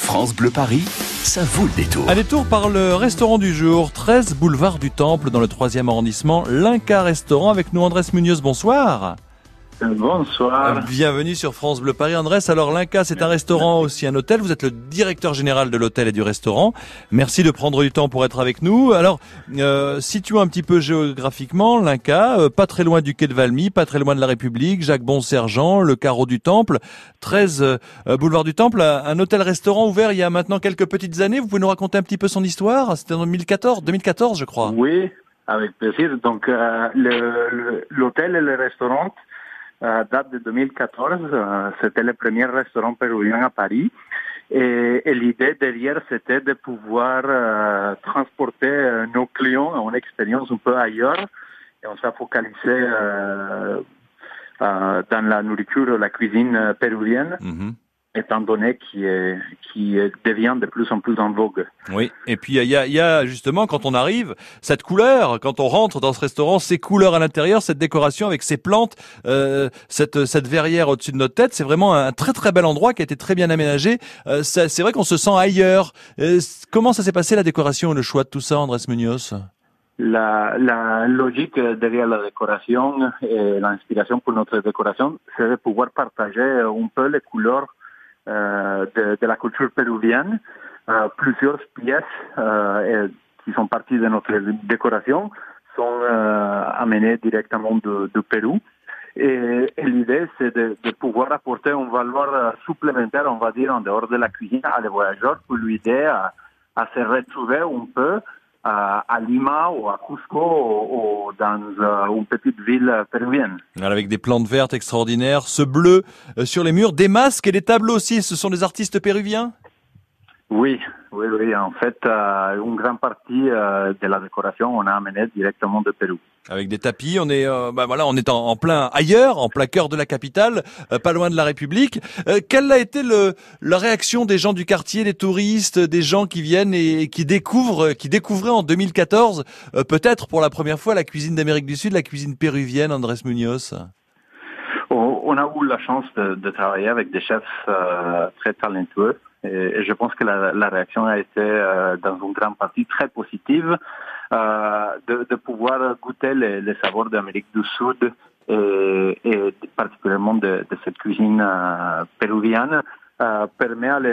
France Bleu Paris, ça vaut le détour. Un détour par le restaurant du jour, 13 boulevard du Temple, dans le 3e arrondissement, l'Inca Restaurant. Avec nous, Andrés Munoz, bonsoir. Bonsoir. Bienvenue sur France Bleu Paris. Andrés, alors l'Inca, c'est un restaurant, aussi un hôtel. Vous êtes le directeur général de l'hôtel et du restaurant. Merci de prendre du temps pour être avec nous. Alors, situons un petit peu géographiquement l'Inca, pas très loin du quai de Valmy, pas très loin de la République, Jacques Bonsergent, le carreau du Temple, 13 boulevard du Temple, un hôtel-restaurant ouvert il y a maintenant quelques petites années. Vous pouvez nous raconter un petit peu son histoire? C'était en 2014, je crois. Oui, avec plaisir. Donc, l'hôtel et le restaurant date de 2014. C'était le premier restaurant péruvien à Paris. Et l'idée derrière, c'était de pouvoir transporter nos clients à une expérience un peu ailleurs. Et on s'est focalisé dans la nourriture, la cuisine péruvienne. Mm-hmm. Étant donné qui devient de plus en plus en vogue. Oui, et puis il y a justement, quand on arrive, cette couleur, quand on rentre dans ce restaurant, ces couleurs à l'intérieur, cette décoration avec ces plantes, cette verrière au-dessus de notre tête, c'est vraiment un très très bel endroit qui a été très bien aménagé. C'est vrai qu'on se sent ailleurs. Comment ça s'est passé la décoration et le choix de tout ça, Andrés Munoz? La logique derrière la décoration et l'inspiration pour notre décoration, c'est de pouvoir partager un peu les couleurs de la culture péruvienne. Plusieurs pièces qui sont parties de notre décoration sont amenées directement de Pérou. Et l'idée, c'est de pouvoir apporter une valeur supplémentaire, on va dire, en dehors de la cuisine à les voyageurs pour l'aider à se retrouver un peu à Lima ou à Cusco ou dans une petite ville péruvienne. Avec des plantes vertes extraordinaires, ce bleu sur les murs, des masques et des tableaux aussi, ce sont des artistes péruviens? Oui. En fait, une grande partie de la décoration, on a amené directement de Pérou. Avec des tapis, on est en plein ailleurs, en plein cœur de la capitale, pas loin de la République. Quelle a été la réaction des gens du quartier, des touristes, des gens qui viennent et qui découvraient en 2014, peut-être pour la première fois, la cuisine d'Amérique du Sud, la cuisine péruvienne, Andrés Munoz? On a eu la chance de travailler avec des chefs très talentueux. Et je pense que la réaction a été dans une grande partie très positive, de pouvoir goûter les saveurs d'Amérique du Sud et particulièrement de cette cuisine péruvienne permet à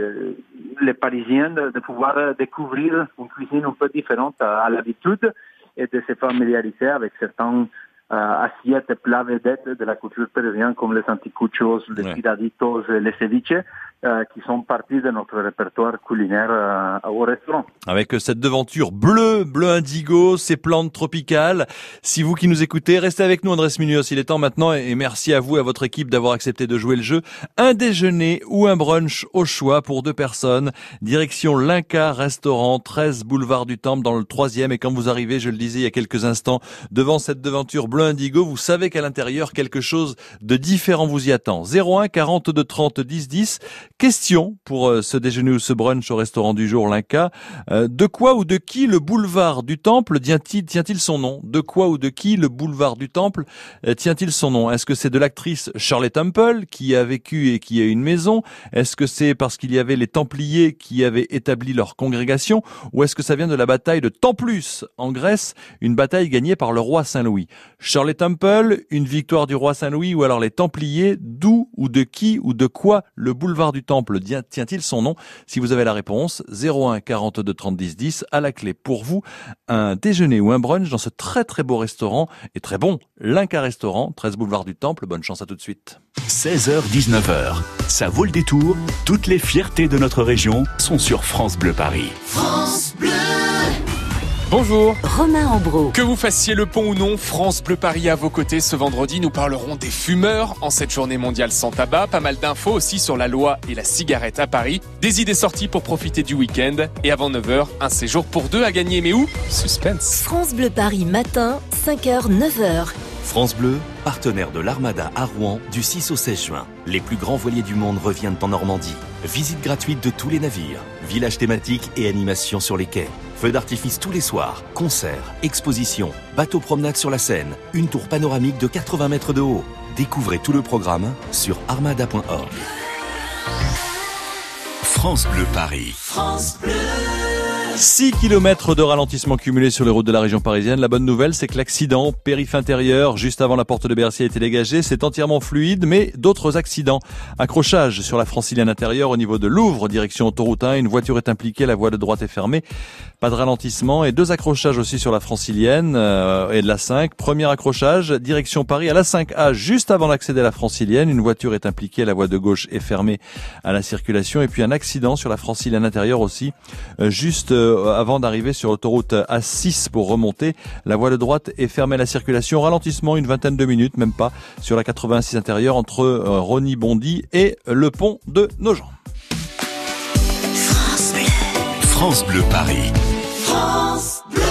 les Parisiens de pouvoir découvrir une cuisine un peu différente à l'habitude et de se familiariser avec certains assiettes et plats vedettes de la culture péruvienne comme les anticuchos, les tiraditos, les ceviches, qui sont partis de notre répertoire culinaire au restaurant. Avec cette devanture bleu indigo, ces plantes tropicales. Si vous qui nous écoutez, restez avec nous, Andrés Munoz. Il est temps maintenant, et merci à vous et à votre équipe d'avoir accepté de jouer le jeu. Un déjeuner ou un brunch au choix pour 2 personnes. Direction l'Inca Restaurant, 13 boulevard du Temple, dans le 3e. Et quand vous arrivez, je le disais il y a quelques instants, devant cette devanture bleu indigo, vous savez qu'à l'intérieur, quelque chose de différent vous y attend. 01 42 30 10 10. Question pour ce déjeuner ou ce brunch au restaurant du jour, l'Inca. De quoi ou de qui le boulevard du Temple tient-il son nom? De quoi ou de qui le boulevard du Temple tient-il son nom? Est-ce que c'est de l'actrice Shirley Temple qui a vécu et qui a une maison? Est-ce que c'est parce qu'il y avait les Templiers qui avaient établi leur congrégation? Ou est-ce que ça vient de la bataille de Templus en Grèce, une bataille gagnée par le roi Saint-Louis? Shirley Temple, une victoire du roi Saint-Louis ou alors les Templiers? D'où ou de qui ou de quoi le boulevard du Temple tient-il son nom? Si vous avez la réponse, 01 42 30 10 10, à la clé pour vous, un déjeuner ou un brunch dans ce très très beau restaurant, et très bon, l'Inca Restaurant, 13 boulevard du Temple. Bonne chance à tout de suite. 16h-19h, ça vaut le détour. Toutes les fiertés de notre région sont sur France Bleu Paris. France Bleu. Bonjour. Romain Ambro. Que vous fassiez le pont ou non, France Bleu Paris à vos côtés. Ce vendredi, nous parlerons des fumeurs en cette journée mondiale sans tabac. Pas mal d'infos aussi sur la loi et la cigarette à Paris. Des idées sorties pour profiter du week-end. Et avant 9h, un séjour pour 2 à gagner. Mais où? Suspense. France Bleu Paris matin, 5h, 9h. France Bleu, partenaire de l'Armada à Rouen du 6 au 16 juin. Les plus grands voiliers du monde reviennent en Normandie. Visite gratuite de tous les navires, villages thématiques et animations sur les quais. Feux d'artifice tous les soirs, concerts, expositions, bateaux promenades sur la Seine, une tour panoramique de 80 mètres de haut. Découvrez tout le programme sur armada.org. France Bleu Paris. 6 km de ralentissement cumulé sur les routes de la région parisienne. La bonne nouvelle, c'est que l'accident périph' intérieur, juste avant la porte de Bercy, a été dégagé. C'est entièrement fluide, mais d'autres accidents. Accrochage sur la francilienne intérieure au niveau de Louvre, direction autoroute 1. Une voiture est impliquée, la voie de droite est fermée. Pas de ralentissement. Et 2 accrochages aussi sur la francilienne et de la 5. Premier accrochage, direction Paris à la 5A, juste avant d'accéder à la francilienne. Une voiture est impliquée, la voie de gauche est fermée à la circulation. Et puis un accident sur la francilienne intérieure aussi, juste avant d'arriver sur l'autoroute A6 pour remonter. La voie de droite est fermée à la circulation. Ralentissement, une vingtaine de minutes, même pas, sur la 86 intérieure entre Rosny-Bondy et le pont de Nogent. France Bleu Paris. France Bleu.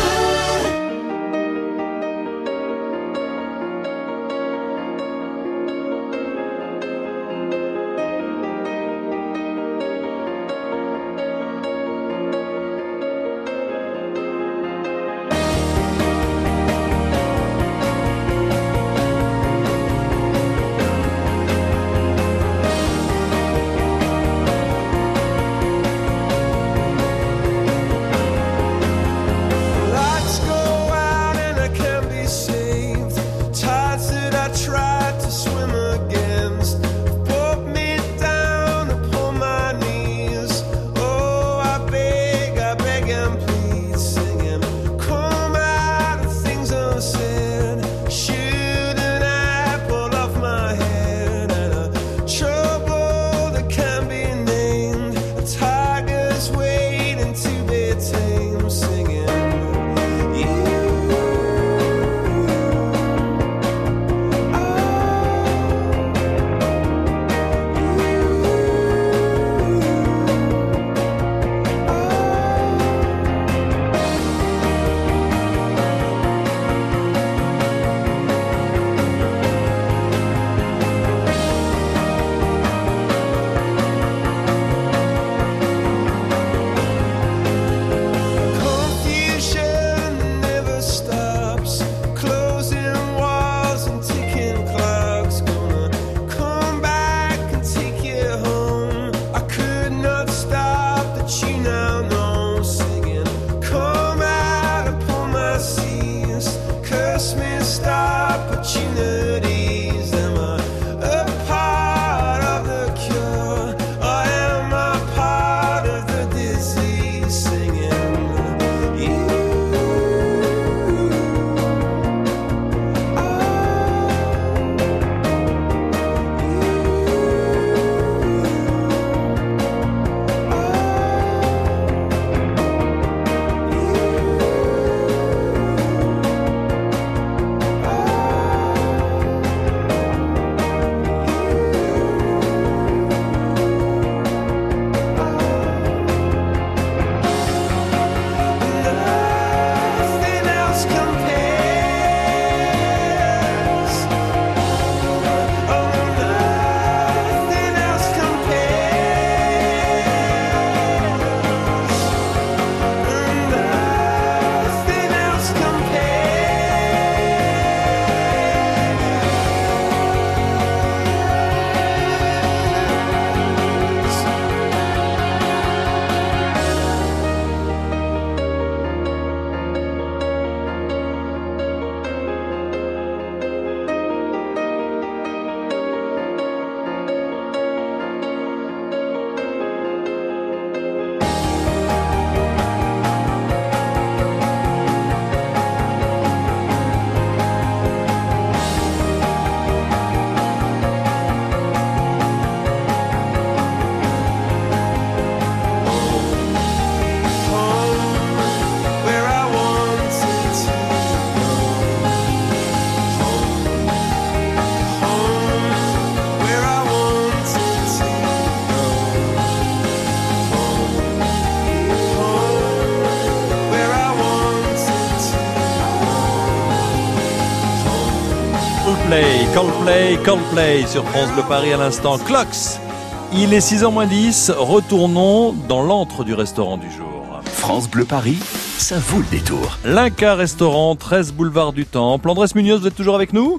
Coldplay sur France Bleu Paris à l'instant. Clocks, il est 6h moins 10, retournons dans l'antre du restaurant du jour. France Bleu Paris, ça vaut le détour. L'Inca Restaurant, 13 boulevard du Temple. Andrés Munoz, vous êtes toujours avec nous ?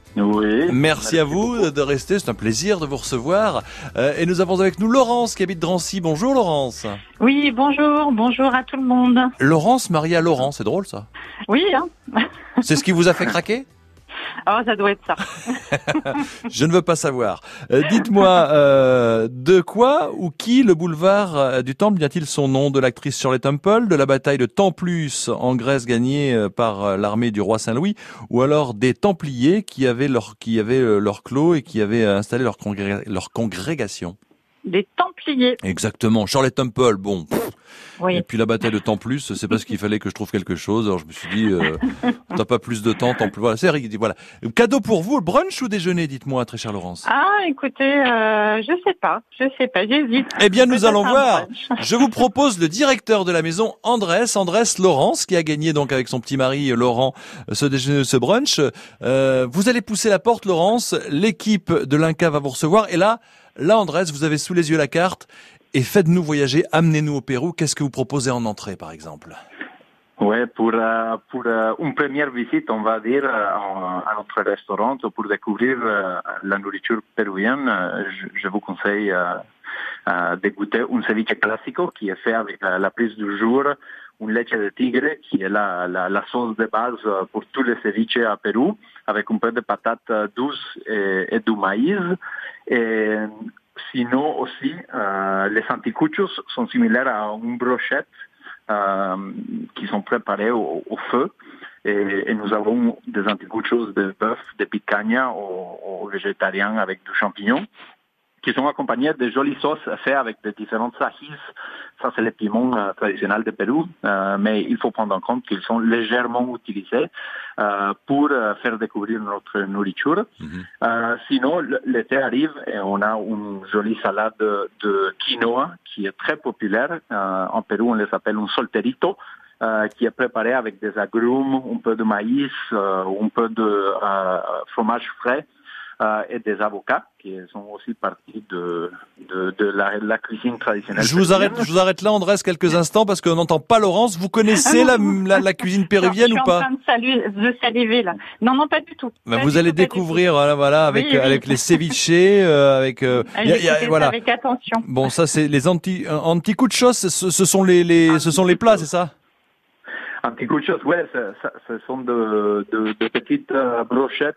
Oui. Merci à vous de rester, c'est un plaisir de vous recevoir. Et nous avons avec nous Laurence qui habite Drancy. Bonjour Laurence. Oui, bonjour à tout le monde. Laurence mariée à Laurent, c'est drôle ça. Oui, hein. C'est ce qui vous a fait craquer ? Oh, ça doit être ça. Je ne veux pas savoir. Dites-moi, de quoi ou qui le boulevard du Temple vient-il son nom ? De l'actrice Shirley Temple, de la bataille de Templus en Grèce gagnée par l'armée du roi Saint-Louis, ou alors des Templiers qui avaient leur clos et qui avaient installé leur congrégation ? Des Templiers. Exactement. Shirley Temple, bon. Oui. Et puis la bataille de Templus, c'est parce qu'il fallait que je trouve quelque chose. Alors je me suis dit, t'as pas plus de temps, Templus. Voilà, c'est rigolo. Voilà. Cadeau pour vous, brunch ou déjeuner, dites-moi, très chère Laurence. Ah, écoutez, je sais pas, j'hésite. Eh bien, nous Peut-être allons un voir. brunch. Je vous propose le directeur de la maison, Andrés Laurence, qui a gagné donc avec son petit mari Laurent ce déjeuner, ce brunch. Vous allez pousser la porte, Laurence. L'équipe de l'Inca va vous recevoir. Et là, Andrés, vous avez sous les yeux la carte. Et faites-nous voyager, amenez-nous au Pérou. Qu'est-ce que vous proposez en entrée, par exemple ? Ouais, pour une première visite, on va dire, à notre restaurant, pour découvrir la nourriture péruvienne, je vous conseille de goûter un ceviche classico qui est fait avec la prise du jour, une leche de tigre qui est la sauce de base pour tous les ceviches à Pérou, avec un peu de patates douces et du maïs. Et sinon aussi, les anticuchos sont similaires à une brochette qui sont préparés au feu. Et nous avons des anticuchos de bœuf, de picanha aux végétariens avec du champignon, qui sont accompagnés de jolies sauces faites avec de différentes ajis. Ça, c'est les piments traditionnels de Pérou, mais il faut prendre en compte qu'ils sont légèrement utilisés pour faire découvrir notre nourriture. Sinon, l'été arrive et on a une jolie salade de quinoa qui est très populaire. En Pérou, on les appelle un solterito, qui est préparé avec des agrumes, un peu de maïs, un peu de fromage frais, et des avocats qui sont aussi partie de la cuisine traditionnelle. Je vous arrête là, Andrés, quelques instants, parce qu'on n'entend pas Laurence. Vous connaissez la cuisine péruvienne ou pas ? Je suis en train de saliver là. Non, pas du tout. Ben, vous allez découvrir, voilà, avec les ceviches, avec voilà. Avec attention. Bon, ça c'est les anticuchos, ce sont les plats, c'est ça ? Anticuchos, ouais, ce sont de petites brochettes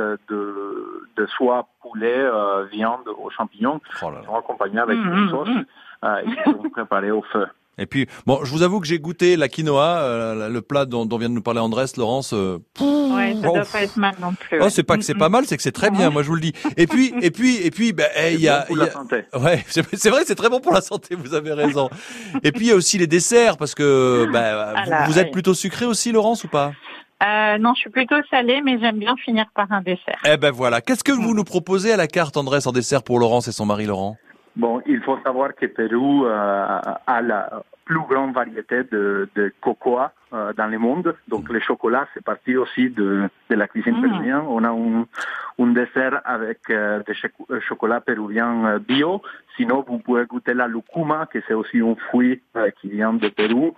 de soie, poulet, viande aux champignons, qui sont accompagnées avec une sauce et qui sont préparées au feu. Et puis, bon, je vous avoue que j'ai goûté la quinoa, le plat dont vient de nous parler Andrés, Laurence. Ouais, ça doit pas être mal non plus. Oh, c'est pas que c'est pas mal, c'est que c'est très bien, moi je vous le dis. Et puis, ben, il y a, pour la santé. Ouais, c'est vrai, c'est très bon pour la santé, vous avez raison. Et puis il y a aussi les desserts, parce que, vous êtes plutôt sucré aussi, Laurence, ou pas? Non, je suis plutôt salée, mais j'aime bien finir par un dessert. Eh ben voilà. Qu'est-ce que vous nous proposez à la carte, Andrés, en dessert pour Laurence et son mari Laurent? Bon, il faut savoir que Pérou a la plus grande variété de cocoa dans le monde. Donc, le chocolat, c'est partie aussi de la cuisine péruvienne. On a un dessert avec des chocolats péruviens bio. Sinon, vous pouvez goûter la lucuma, que c'est aussi un fruit qui vient de Pérou,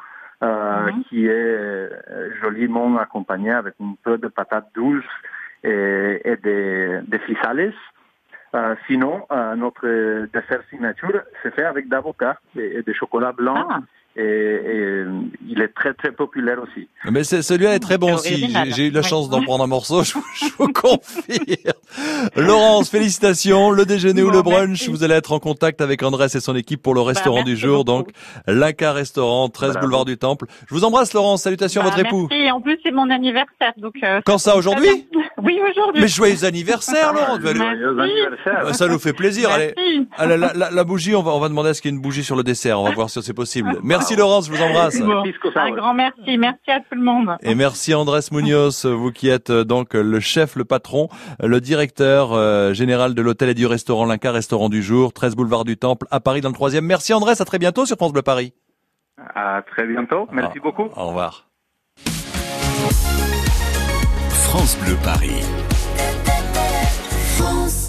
qui est joliment accompagné avec un peu de patates douces et des frisales. Sinon, notre dessert signature, c'est fait avec d'avocat et de chocolat blanc. Et il est très très populaire aussi. Mais celui-là est très bon aussi. J'ai eu la chance d'en prendre un morceau, je vous confirme. Laurence, félicitations. Le déjeuner ou le brunch, merci. Vous allez être en contact avec Andrés et son équipe pour le restaurant du jour. Beaucoup. Donc, l'Inca Restaurant, 13 boulevard du Temple. Je vous embrasse, Laurence. Salutations à votre époux. Merci. En plus, c'est mon anniversaire. Donc, quand ça, aujourd'hui? Oui, aujourd'hui. Mais joyeux anniversaire, Laurence. Joyeux anniversaire. Ça nous fait plaisir. Merci. Allez, la bougie, on va demander à ce qu'il y ait une bougie sur le dessert. On va voir si c'est possible. Merci Laurence, je vous embrasse. Bon, un grand merci. Merci à tout le monde. Et merci Andrés Munoz, vous qui êtes donc le chef, le patron, le directeur général de l'hôtel et du restaurant l'Inca, restaurant du jour, 13 boulevard du Temple, à Paris dans le 3e. Merci Andrés, à très bientôt sur France Bleu Paris. À très bientôt, merci beaucoup. Au revoir. France Bleu Paris. France